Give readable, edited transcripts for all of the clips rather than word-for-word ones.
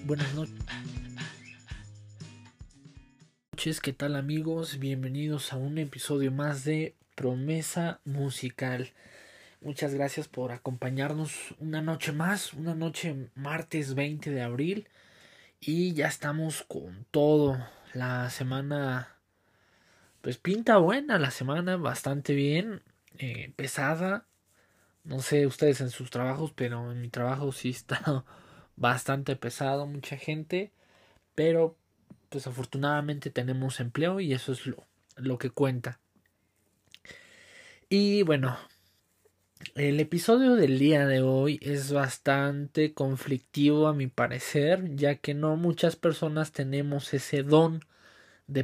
Buenas noches, ¿qué tal amigos? Bienvenidos a un episodio más de Promesa Musical. Muchas gracias por acompañarnos una noche más, una noche martes 20 de abril. Y ya estamos con todo. La semana pues pinta buena, la semana bastante bien, pesada. No sé ustedes en sus trabajos, pero en mi trabajo sí está bastante pesado, mucha gente. Pero pues afortunadamente tenemos empleo y eso es lo que cuenta. Y bueno, el episodio del día de hoy es bastante conflictivo a mi parecer, ya que no muchas personas tenemos ese don de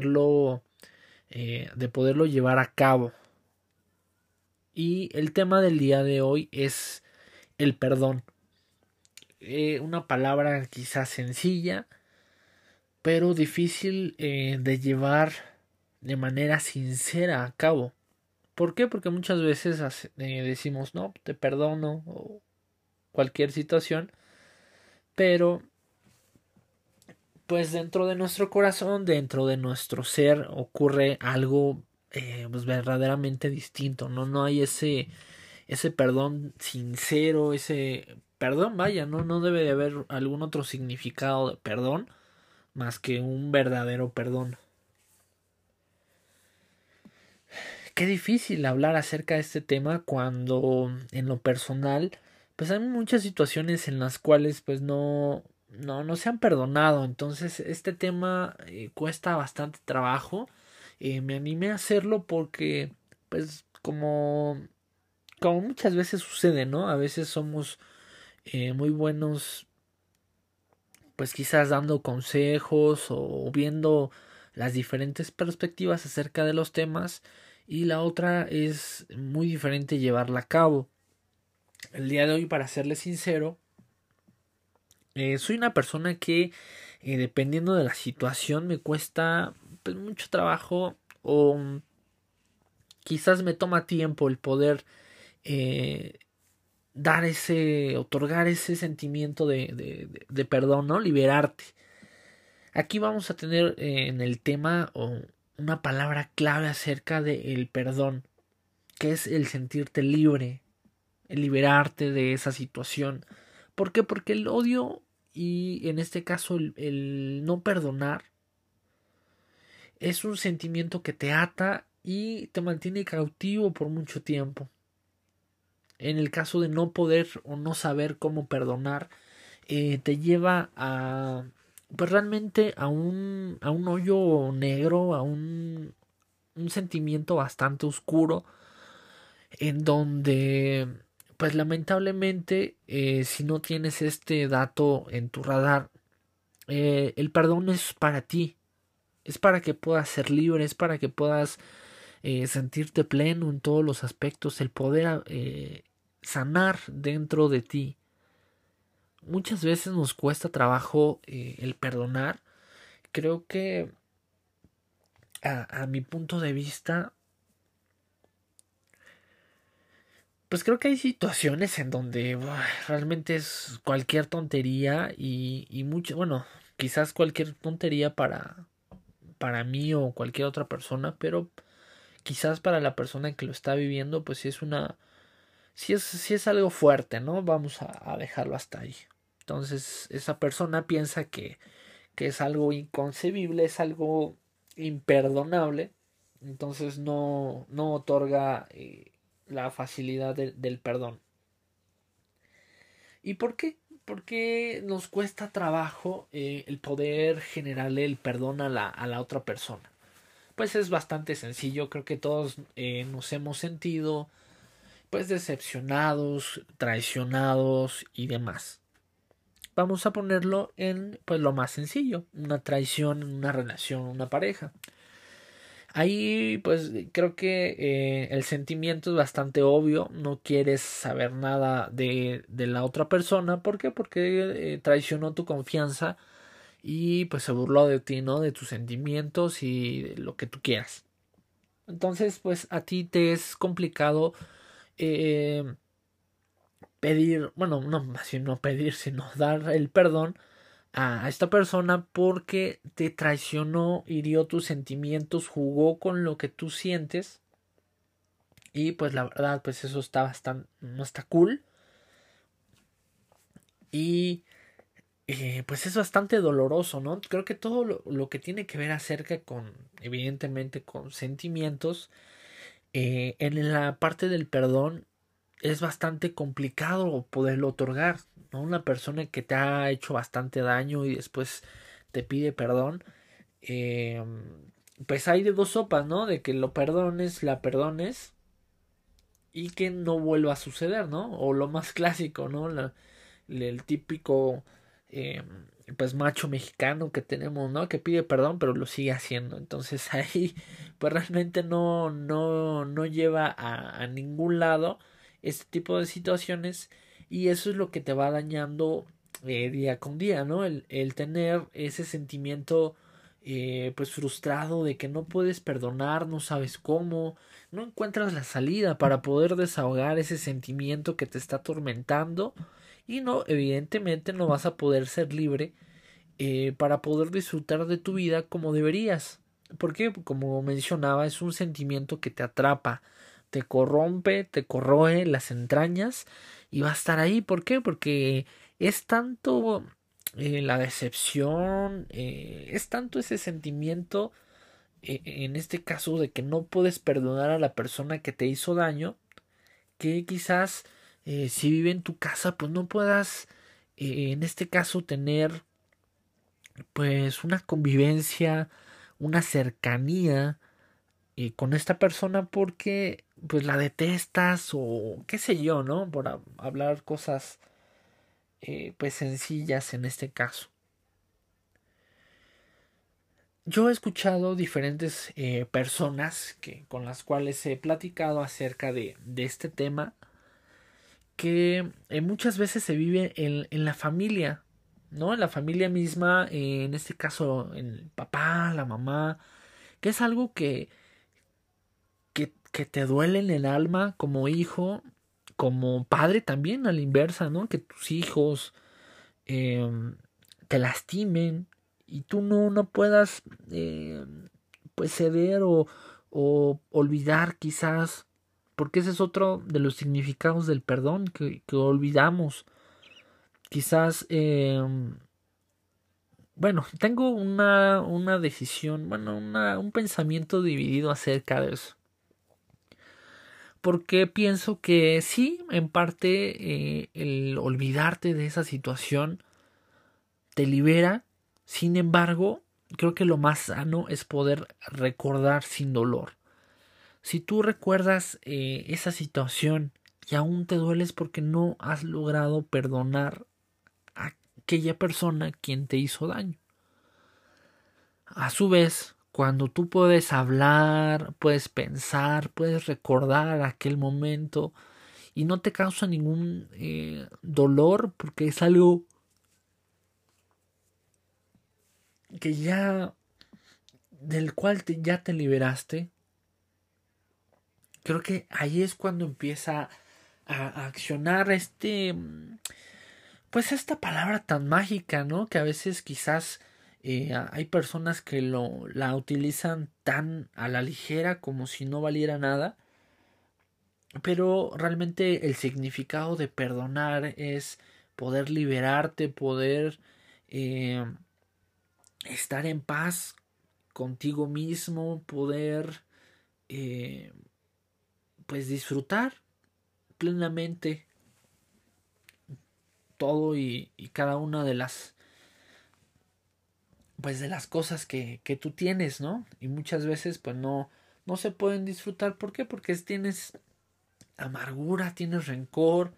poderlo llevar a cabo. Y el tema del día de hoy es el perdón. Una palabra quizás sencilla, pero difícil de llevar de manera sincera a cabo. ¿Por qué? Porque muchas veces decimos, no, te perdono o cualquier situación, pero pues dentro de nuestro corazón, dentro de nuestro ser, ocurre algo pues verdaderamente distinto, ¿no? No hay ese perdón sincero, ese perdón, vaya, no debe de haber algún otro significado de perdón más que un verdadero perdón. Qué difícil hablar acerca de este tema cuando en lo personal pues hay muchas situaciones en las cuales pues no se han perdonado. Entonces este tema cuesta bastante trabajo. Me animé a hacerlo porque pues como muchas veces sucede, ¿no? A veces somos muy buenos pues quizás dando consejos o viendo las diferentes perspectivas acerca de los temas, y la otra es muy diferente llevarla a cabo. El día de hoy, para serles sincero, soy una persona que dependiendo de la situación me cuesta pues, mucho trabajo, o quizás me toma tiempo el poder eh, otorgar ese sentimiento de perdón, ¿no? Liberarte. Aquí vamos a tener en el tema una palabra clave acerca del perdón, que es el sentirte libre, el liberarte de esa situación. ¿Por qué? Porque el odio y en este caso el no perdonar es un sentimiento que te ata y te mantiene cautivo por mucho tiempo. En el caso de no poder o no saber cómo perdonar, te lleva a pues realmente a un hoyo negro, un sentimiento bastante oscuro, en donde pues lamentablemente si no tienes este dato en tu radar, el perdón es para ti, es para que puedas ser libre, es para que puedas sentirte pleno en todos los aspectos, el poder sanar dentro de ti. Muchas veces nos cuesta trabajo el perdonar. Creo que a mi punto de vista, pues creo que hay situaciones en donde realmente es cualquier tontería y mucho, bueno, quizás cualquier tontería para mí o cualquier otra persona, pero quizás para la persona que lo está viviendo, pues sí es algo fuerte, ¿no? Vamos a dejarlo hasta ahí. Entonces, esa persona piensa que es algo inconcebible, es algo imperdonable, entonces no otorga la facilidad del perdón. ¿Y por qué? Porque nos cuesta trabajo el poder generarle el perdón a la otra persona. Pues es bastante sencillo, creo que todos nos hemos sentido pues decepcionados, traicionados y demás. Vamos a ponerlo en pues lo más sencillo, una traición en una relación, una pareja. Ahí pues creo que el sentimiento es bastante obvio, no quieres saber nada de la otra persona. ¿Por qué? Porque traicionó tu confianza y pues se burló de ti, ¿no? De tus sentimientos y de lo que tú quieras. Entonces pues a ti te es complicado pedir, bueno, no, más bien no pedir, sino dar el perdón, a esta persona porque te traicionó, hirió tus sentimientos, jugó con lo que tú sientes. Y pues la verdad, pues eso está bastante, no está cool. Y pues es bastante doloroso, ¿no? Creo que todo lo que tiene que ver acerca con, evidentemente, con sentimientos, en la parte del perdón es bastante complicado poderlo otorgar, ¿no? Una persona que te ha hecho bastante daño y después te pide perdón, eh, pues hay de dos sopas, ¿no? De que lo perdones, la perdones y que no vuelva a suceder, ¿no? O lo más clásico, ¿no? El típico eh, pues macho mexicano que tenemos, ¿no? Que pide perdón pero lo sigue haciendo. Entonces ahí pues realmente no lleva a ningún lado este tipo de situaciones y eso es lo que te va dañando día con día, ¿no? El tener ese sentimiento pues frustrado de que no puedes perdonar, no sabes cómo, no encuentras la salida para poder desahogar ese sentimiento que te está atormentando y no, evidentemente no vas a poder ser libre para poder disfrutar de tu vida como deberías. Porque, como mencionaba, es un sentimiento que te atrapa, te corrompe, te corroe las entrañas y va a estar ahí. ¿Por qué? Porque es tanto la decepción, es tanto ese sentimiento, en este caso de que no puedes perdonar a la persona que te hizo daño, que quizás si vive en tu casa pues no puedas en este caso tener pues una convivencia, una cercanía con esta persona porque pues la detestas o qué sé yo, ¿no? Por hablar cosas pues sencillas en este caso. Yo he escuchado diferentes personas con las cuales he platicado acerca de este tema que muchas veces se vive en la familia, ¿no? En la familia misma, en este caso, en el papá, la mamá, que es algo que te duele en el alma como hijo, como padre también, a la inversa, ¿no? Que tus hijos eh, te lastimen y tú no puedas, pues, ceder o olvidar quizás, porque ese es otro de los significados del perdón que olvidamos. Quizás, bueno, tengo una decisión, bueno, un pensamiento dividido acerca de eso. Porque pienso que sí, en parte el olvidarte de esa situación te libera. Sin embargo, creo que lo más sano es poder recordar sin dolor. Si tú recuerdas esa situación y aún te dueles porque no has logrado perdonar a aquella persona quien te hizo daño. A su vez, cuando tú puedes hablar, puedes pensar, puedes recordar aquel momento y no te causa ningún dolor porque es algo que ya del cual ya te liberaste, creo que ahí es cuando empieza a accionar pues esta palabra tan mágica, ¿no? Que a veces quizás hay personas que la utilizan tan a la ligera como si no valiera nada, pero realmente el significado de perdonar es poder liberarte, poder eh, estar en paz contigo mismo, poder eh, pues disfrutar plenamente todo y cada una de las pues de las cosas que tú tienes, ¿no? Y muchas veces pues no se pueden disfrutar. ¿Por qué? Porque tienes amargura, tienes rencor,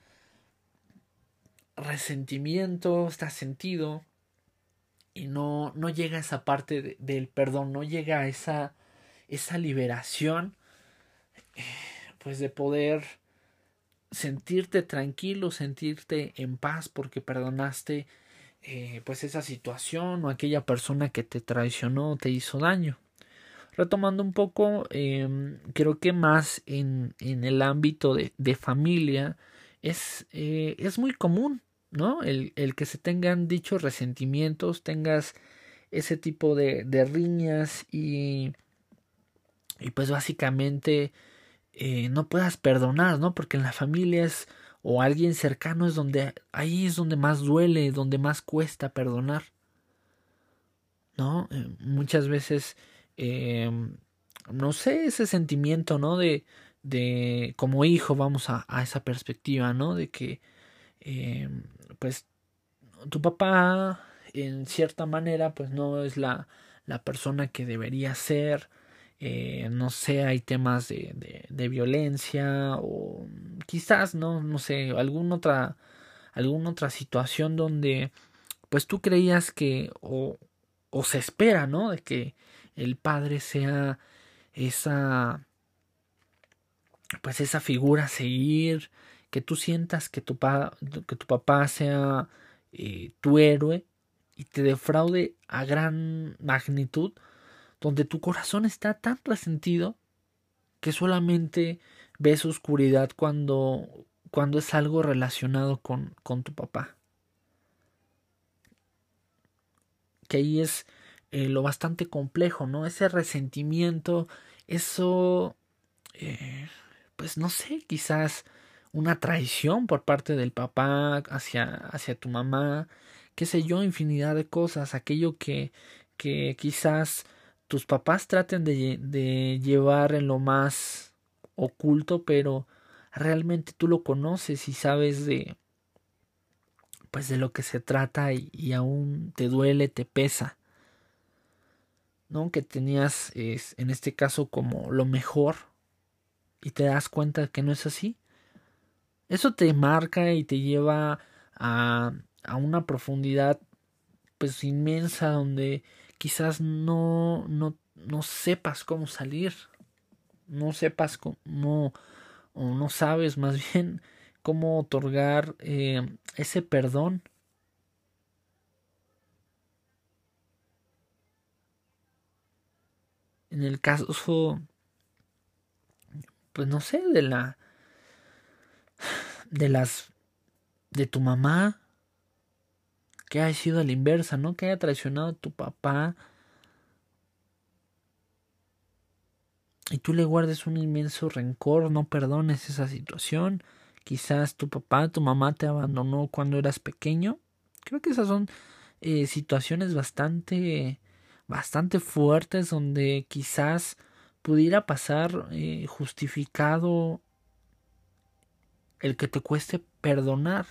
resentimiento, estás sentido y no llega a esa parte del perdón, no llega a esa liberación pues de poder sentirte tranquilo, sentirte en paz porque perdonaste pues esa situación o aquella persona que te traicionó, te hizo daño. Retomando un poco, creo que más en el ámbito de familia es muy común, ¿no? El que se tengan dichos resentimientos, tengas ese tipo de riñas y pues básicamente no puedas perdonar, ¿no? Porque en la familia es o alguien cercano es donde ahí es donde más duele, donde más cuesta perdonar, ¿no? Muchas veces eh, no sé, ese sentimiento, ¿no? De como hijo vamos a esa perspectiva, ¿no? De que eh, pues tu papá en cierta manera pues no es la persona que debería ser, no sé, hay temas de violencia o quizás no sé, alguna otra situación donde pues tú creías que o se espera, ¿no? De que el padre sea esa pues esa figura a seguir, que tú sientas que tu papá sea tu héroe y te defraude a gran magnitud, donde tu corazón está tan resentido que solamente ves oscuridad cuando es algo relacionado con tu papá. Que ahí es lo bastante complejo, ¿no? Ese resentimiento, eso pues no sé, quizás una traición por parte del papá hacia tu mamá, qué sé yo, infinidad de cosas, aquello que quizás tus papás traten de llevar en lo más oculto, pero realmente tú lo conoces y sabes de pues de lo que se trata y aún te duele, te pesa, ¿no? Que tenías en este caso como lo mejor y te das cuenta que no es así. Eso te marca y te lleva a una profundidad pues inmensa donde quizás no sepas cómo salir, no sepas cómo, o no sabes más bien cómo otorgar ese perdón. En el caso, pues no sé, de las, de tu mamá, que haya sido a la inversa, ¿no? Que haya traicionado a tu papá y tú le guardes un inmenso rencor, no perdones esa situación, quizás tu papá, tu mamá te abandonó cuando eras pequeño. Creo que esas son situaciones bastante fuertes donde quizás pudiera pasar justificado el que te cueste perdonar.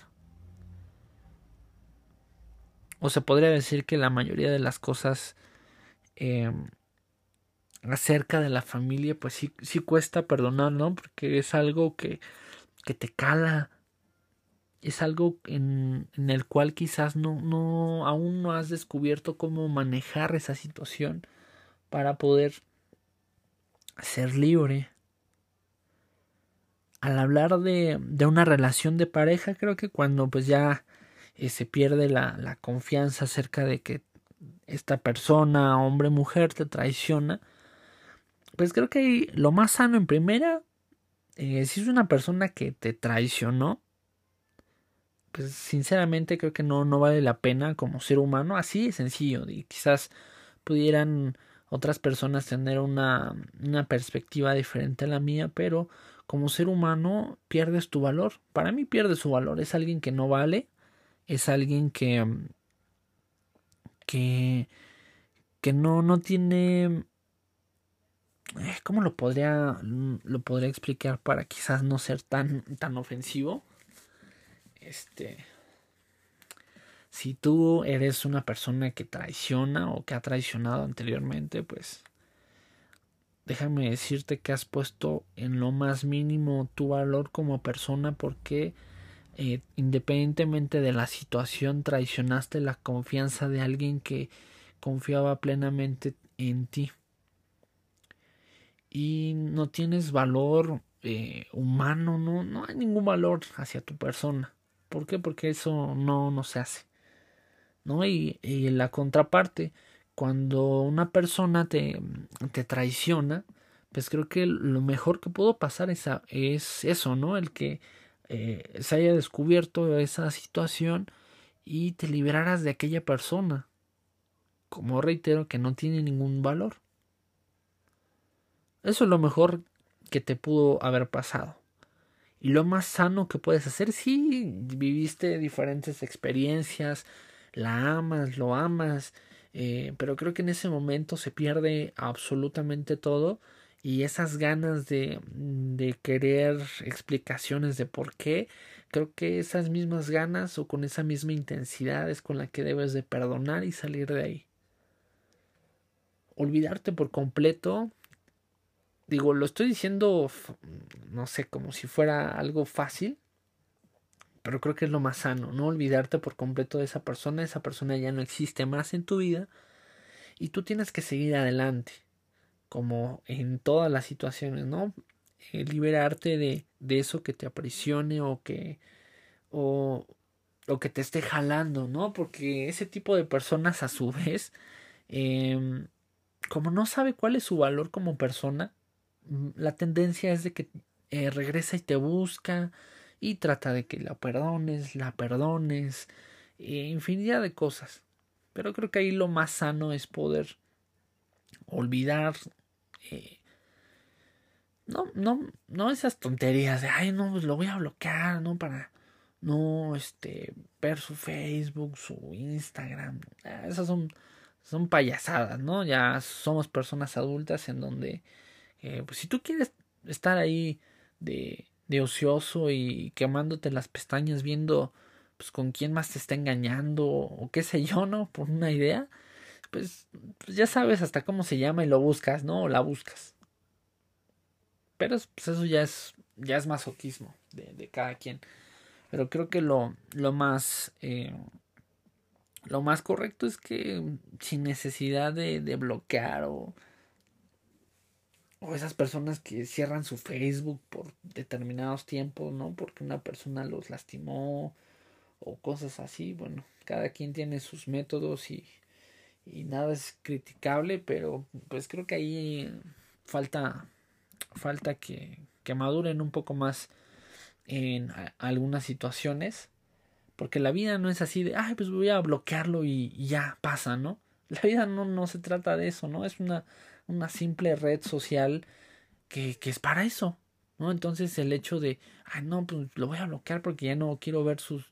O se podría decir que la mayoría de las cosas eh, acerca de la familia, pues sí cuesta perdonar, ¿no? Porque es algo que te cala, es algo en el cual quizás aún no has descubierto cómo manejar esa situación para poder ser libre. Al hablar de una relación de pareja, creo que cuando pues ya se pierde la confianza acerca de que esta persona, hombre, mujer, te traiciona, pues creo que lo más sano en primera, si es una persona que te traicionó, pues sinceramente creo que no vale la pena como ser humano, así de sencillo, y quizás pudieran otras personas tener una perspectiva diferente a la mía, pero como ser humano pierdes tu valor. Para mí pierde su valor, es alguien que no vale, es alguien que, que no tiene... ¿Cómo lo podría explicar para quizás no ser tan ofensivo? Este, si tú eres una persona que traiciona o que ha traicionado anteriormente, pues déjame decirte que has puesto en lo más mínimo tu valor como persona porque independientemente de la situación traicionaste la confianza de alguien que confiaba plenamente en ti y no tienes valor humano, no hay ningún valor hacia tu persona. ¿Por qué? Porque eso no se hace. ¿No? Y en la contraparte, cuando una persona te traiciona, pues creo que lo mejor que pudo pasar es eso, ¿no? El que se haya descubierto esa situación y te liberaras de aquella persona. Como reitero, que no tiene ningún valor. Eso es lo mejor que te pudo haber pasado. Y lo más sano que puedes hacer, si viviste diferentes experiencias, la amas, lo amas, pero creo que en ese momento se pierde absolutamente todo y esas ganas de querer explicaciones de por qué, creo que esas mismas ganas o con esa misma intensidad es con la que debes de perdonar y salir de ahí. Olvidarte por completo. Digo, lo estoy diciendo, no sé, como si fuera algo fácil, pero creo que es lo más sano, no olvidarte por completo de esa persona ya no existe más en tu vida y tú tienes que seguir adelante, como en todas las situaciones, ¿no? Liberarte de eso que te aprisione o, o que te esté jalando, ¿no? Porque ese tipo de personas a su vez, eh, como no sabe cuál es su valor como persona, la tendencia es de que regresa y te busca y trata de que la perdones, infinidad de cosas. Pero creo que ahí lo más sano es poder olvidar, eh, no esas tonterías de, ay, no, pues lo voy a bloquear, ¿no? Para no, ver su Facebook, su Instagram. Esas son payasadas, ¿no? Ya somos personas adultas en donde pues si tú quieres estar ahí de ocioso y quemándote las pestañas viendo pues con quién más te está engañando o qué sé yo, ¿no? Por una idea, pues ya sabes hasta cómo se llama y lo buscas, ¿no? O la buscas. Pero pues eso ya es masoquismo de cada quien. Pero creo que lo más correcto es que sin necesidad de bloquear o esas personas que cierran su Facebook por determinados tiempos, ¿no? Porque una persona los lastimó o cosas así. Bueno, cada quien tiene sus métodos y nada es criticable, pero pues creo que ahí falta, falta que maduren un poco más en algunas situaciones. Porque la vida no es así de, ay, pues voy a bloquearlo y ya pasa, ¿no? La vida no se trata de eso, ¿no? Es una simple red social que es para eso, ¿no? Entonces el hecho de, ay, no, pues lo voy a bloquear porque ya no quiero ver sus...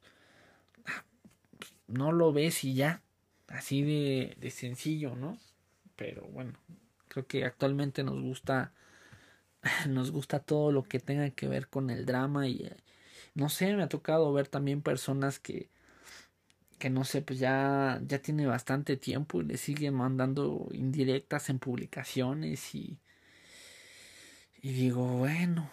No lo ves y ya, así de sencillo, ¿no? Pero bueno, creo que actualmente nos gusta todo lo que tenga que ver con el drama y no sé, me ha tocado ver también personas que no sé, pues ya tiene bastante tiempo y le siguen mandando indirectas en publicaciones y digo, bueno,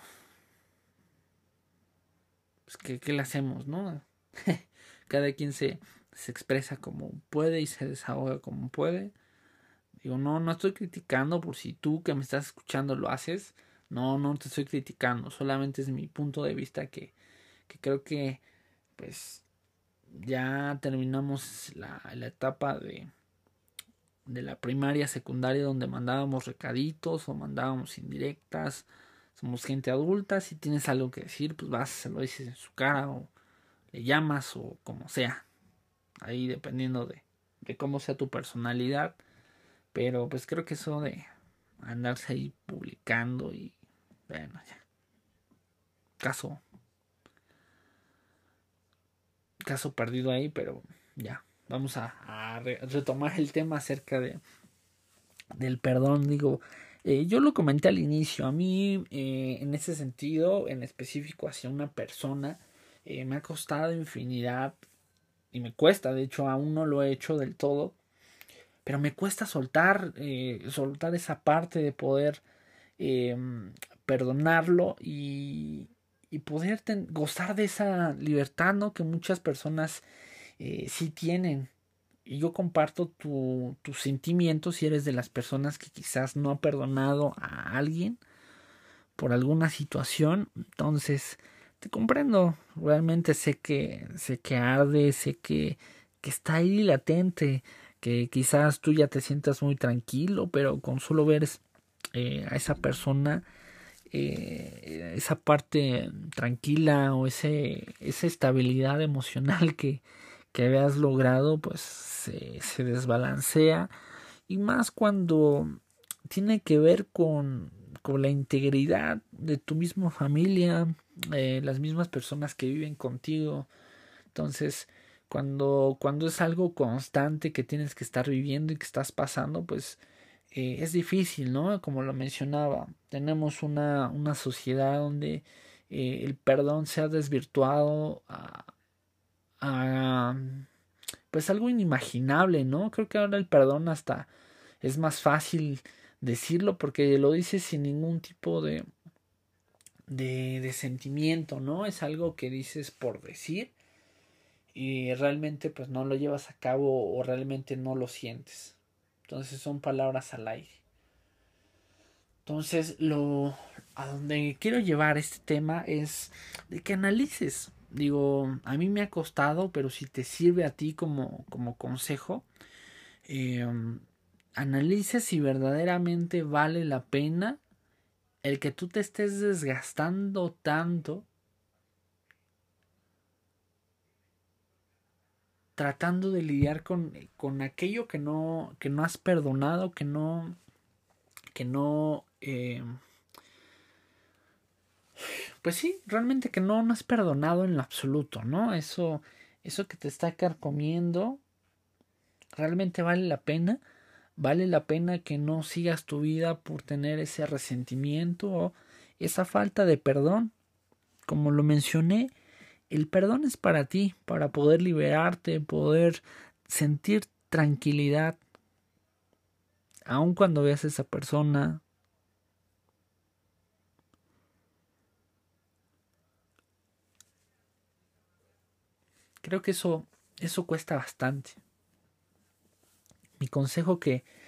pues ¿qué le hacemos, no? Cada quien se expresa como puede y se desahoga como puede. Digo, no estoy criticando por si tú que me estás escuchando lo haces. No te estoy criticando. Solamente es mi punto de vista que creo que pues ya terminamos la etapa de la primaria, secundaria donde mandábamos recaditos o mandábamos indirectas. Somos gente adulta. Si tienes algo que decir, pues vas, se lo dices en su cara o le llamas o como sea. Ahí dependiendo de cómo sea tu personalidad. Pero pues creo que eso de andarse ahí publicando y bueno, ya. Caso, caso perdido ahí, pero ya. Vamos a retomar el tema acerca del perdón. Digo, yo lo comenté al inicio. A mí, en ese sentido, en específico hacia una persona, me ha costado infinidad y me cuesta. De hecho, aún no lo he hecho del todo. Pero me cuesta soltar esa parte de poder eh, perdonarlo y poder gozar de esa libertad, ¿no? Que muchas personas sí tienen. Y yo comparto tus sentimientos si eres de las personas que quizás no ha perdonado a alguien por alguna situación. Entonces, te comprendo. Realmente sé que arde, que está ahí latente, que quizás tú ya te sientas muy tranquilo, pero con solo ver a esa persona esa parte tranquila o esa estabilidad emocional que habías logrado, pues se desbalancea. Y más cuando tiene que ver con la integridad de tu misma familia, las mismas personas que viven contigo. Entonces, cuando es algo constante que tienes que estar viviendo y que estás pasando, pues es difícil, ¿no? Como lo mencionaba, tenemos una sociedad donde el perdón se ha desvirtuado a pues algo inimaginable, ¿no? Creo que ahora el perdón hasta es más fácil decirlo porque lo dices sin ningún tipo de sentimiento, ¿no? Es algo que dices por decir y realmente pues no lo llevas a cabo o realmente no lo sientes. Entonces son palabras al aire. Entonces a donde quiero llevar este tema es de que analices. Digo, a mí me ha costado, pero si te sirve a ti como consejo, eh, analices si verdaderamente vale la pena el que tú te estés desgastando tanto tratando de lidiar con aquello que no has perdonado, que no, pues sí, realmente que no has perdonado en lo absoluto, ¿no? Eso que te está carcomiendo, realmente vale la pena que no sigas tu vida por tener ese resentimiento o esa falta de perdón. Como lo mencioné, el perdón es para ti, para poder liberarte, poder sentir tranquilidad, aun cuando veas a esa persona. Creo que eso cuesta bastante. Mi consejo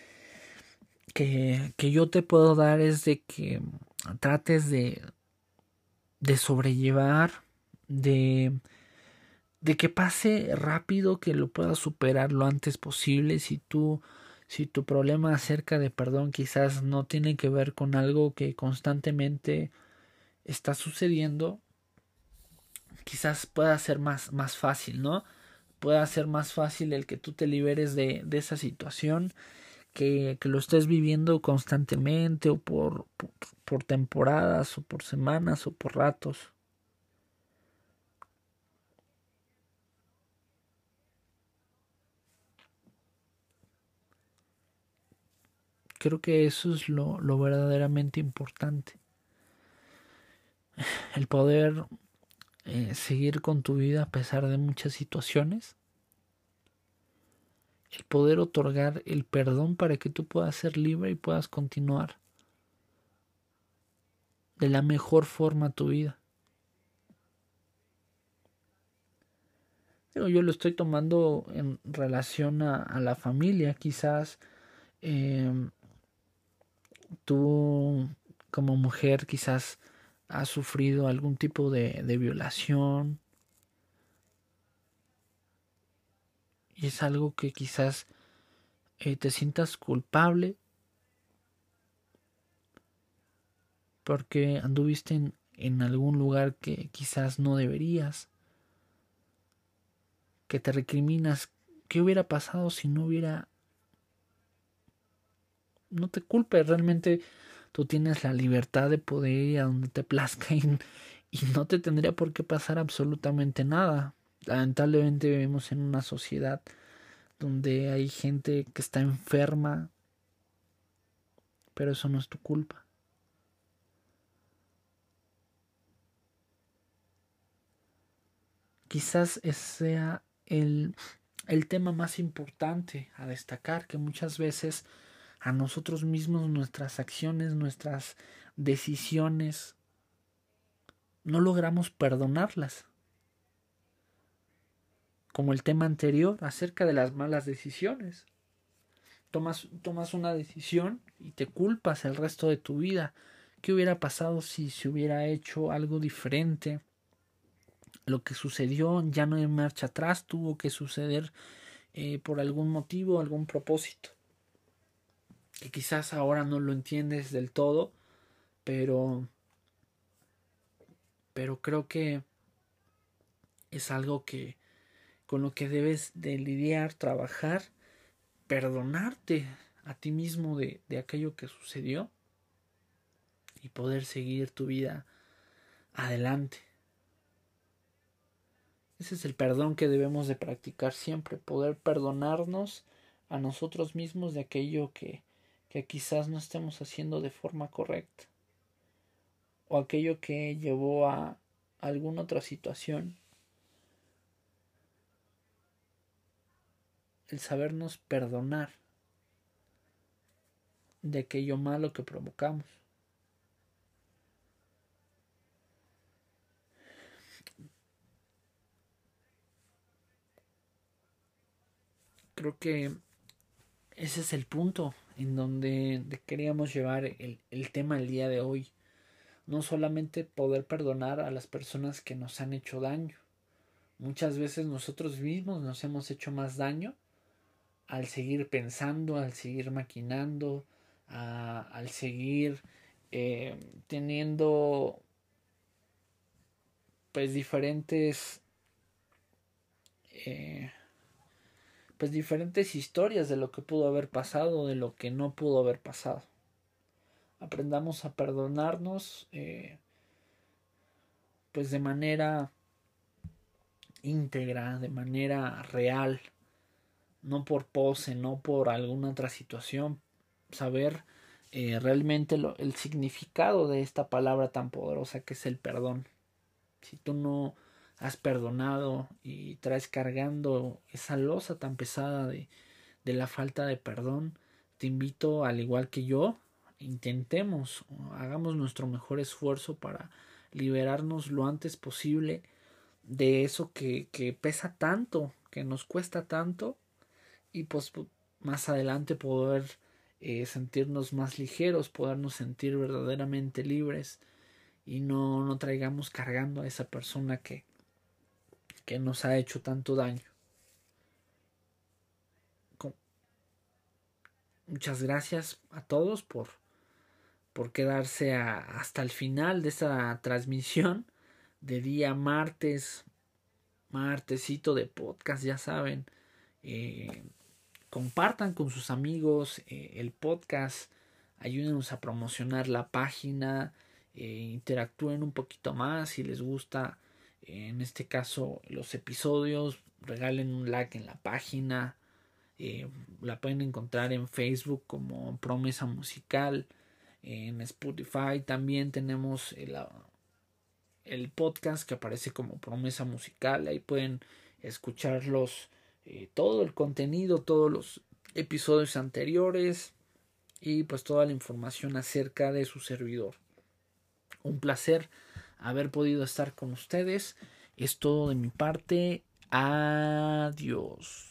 que yo te puedo dar es de que trates de sobrellevar, de, de que pase rápido, que lo puedas superar lo antes posible. Si tu problema acerca de perdón quizás no tiene que ver con algo que constantemente está sucediendo, quizás pueda ser más fácil, ¿no? Pueda ser más fácil el que tú te liberes de esa situación, que lo estés viviendo constantemente o por temporadas o por semanas o por ratos. Creo que eso es lo verdaderamente importante. El poder seguir con tu vida a pesar de muchas situaciones. El poder otorgar el perdón para que tú puedas ser libre y puedas continuar de la mejor forma tu vida. Pero yo lo estoy tomando en relación a la familia. Quizás eh, tú como mujer quizás has sufrido algún tipo de violación y es algo que quizás te sientas culpable porque anduviste en algún lugar que quizás no deberías, que te recriminas qué hubiera pasado si no hubiera, no te culpes, realmente tú tienes la libertad de poder ir a donde te plazca y no te tendría por qué pasar absolutamente nada. Lamentablemente vivimos en una sociedad donde hay gente que está enferma, pero eso no es tu culpa. Quizás ese sea el tema más importante a destacar, que muchas veces a nosotros mismos nuestras acciones, nuestras decisiones, no logramos perdonarlas. Como el tema anterior acerca de las malas decisiones. Tomas una decisión y te culpas el resto de tu vida. ¿Qué hubiera pasado si se hubiera hecho algo diferente? Lo que sucedió ya no hay marcha atrás, tuvo que suceder por algún motivo, algún propósito. Que quizás ahora no lo entiendes del todo, pero pero creo que es algo que con lo que debes de lidiar, trabajar, perdonarte a ti mismo de aquello que sucedió y poder seguir tu vida adelante. Ese es el perdón que debemos de practicar siempre, poder perdonarnos a nosotros mismos de aquello que quizás no estemos haciendo de forma correcta o aquello que llevó a alguna otra situación. El sabernos perdonar de aquello malo que provocamos. Creo que ese es el punto en donde queríamos llevar el tema el día de hoy. No solamente poder perdonar a las personas que nos han hecho daño. Muchas veces nosotros mismos nos hemos hecho más daño al seguir pensando, al seguir maquinando, al seguir teniendo pues eh, diferentes historias de lo que pudo haber pasado, de lo que no pudo haber pasado. Aprendamos a perdonarnos pues de manera íntegra, de manera real, no por pose, no por alguna otra situación, saber realmente el significado de esta palabra tan poderosa que es el perdón. Si tú no has perdonado y traes cargando esa losa tan pesada de la falta de perdón, te invito, al igual que yo, intentemos, hagamos nuestro mejor esfuerzo para liberarnos lo antes posible de eso que pesa tanto, que nos cuesta tanto, y pues más adelante poder sentirnos más ligeros, podernos sentir verdaderamente libres y no traigamos cargando a esa persona que nos ha hecho tanto daño. Muchas gracias a todos por quedarse hasta el final de esta transmisión de día martesito de podcast, ya saben. Compartan con sus amigos el podcast, ayúdenos a promocionar la página, interactúen un poquito más si les gusta, en este caso los episodios, regalen un like en la página, la pueden encontrar en Facebook como Promesa Musical, en Spotify también tenemos el podcast que aparece como Promesa Musical, ahí pueden escucharlos, todo el contenido, todos los episodios anteriores y pues toda la información acerca de su servidor. Un placer haber podido estar con ustedes. Es todo de mi parte. Adiós.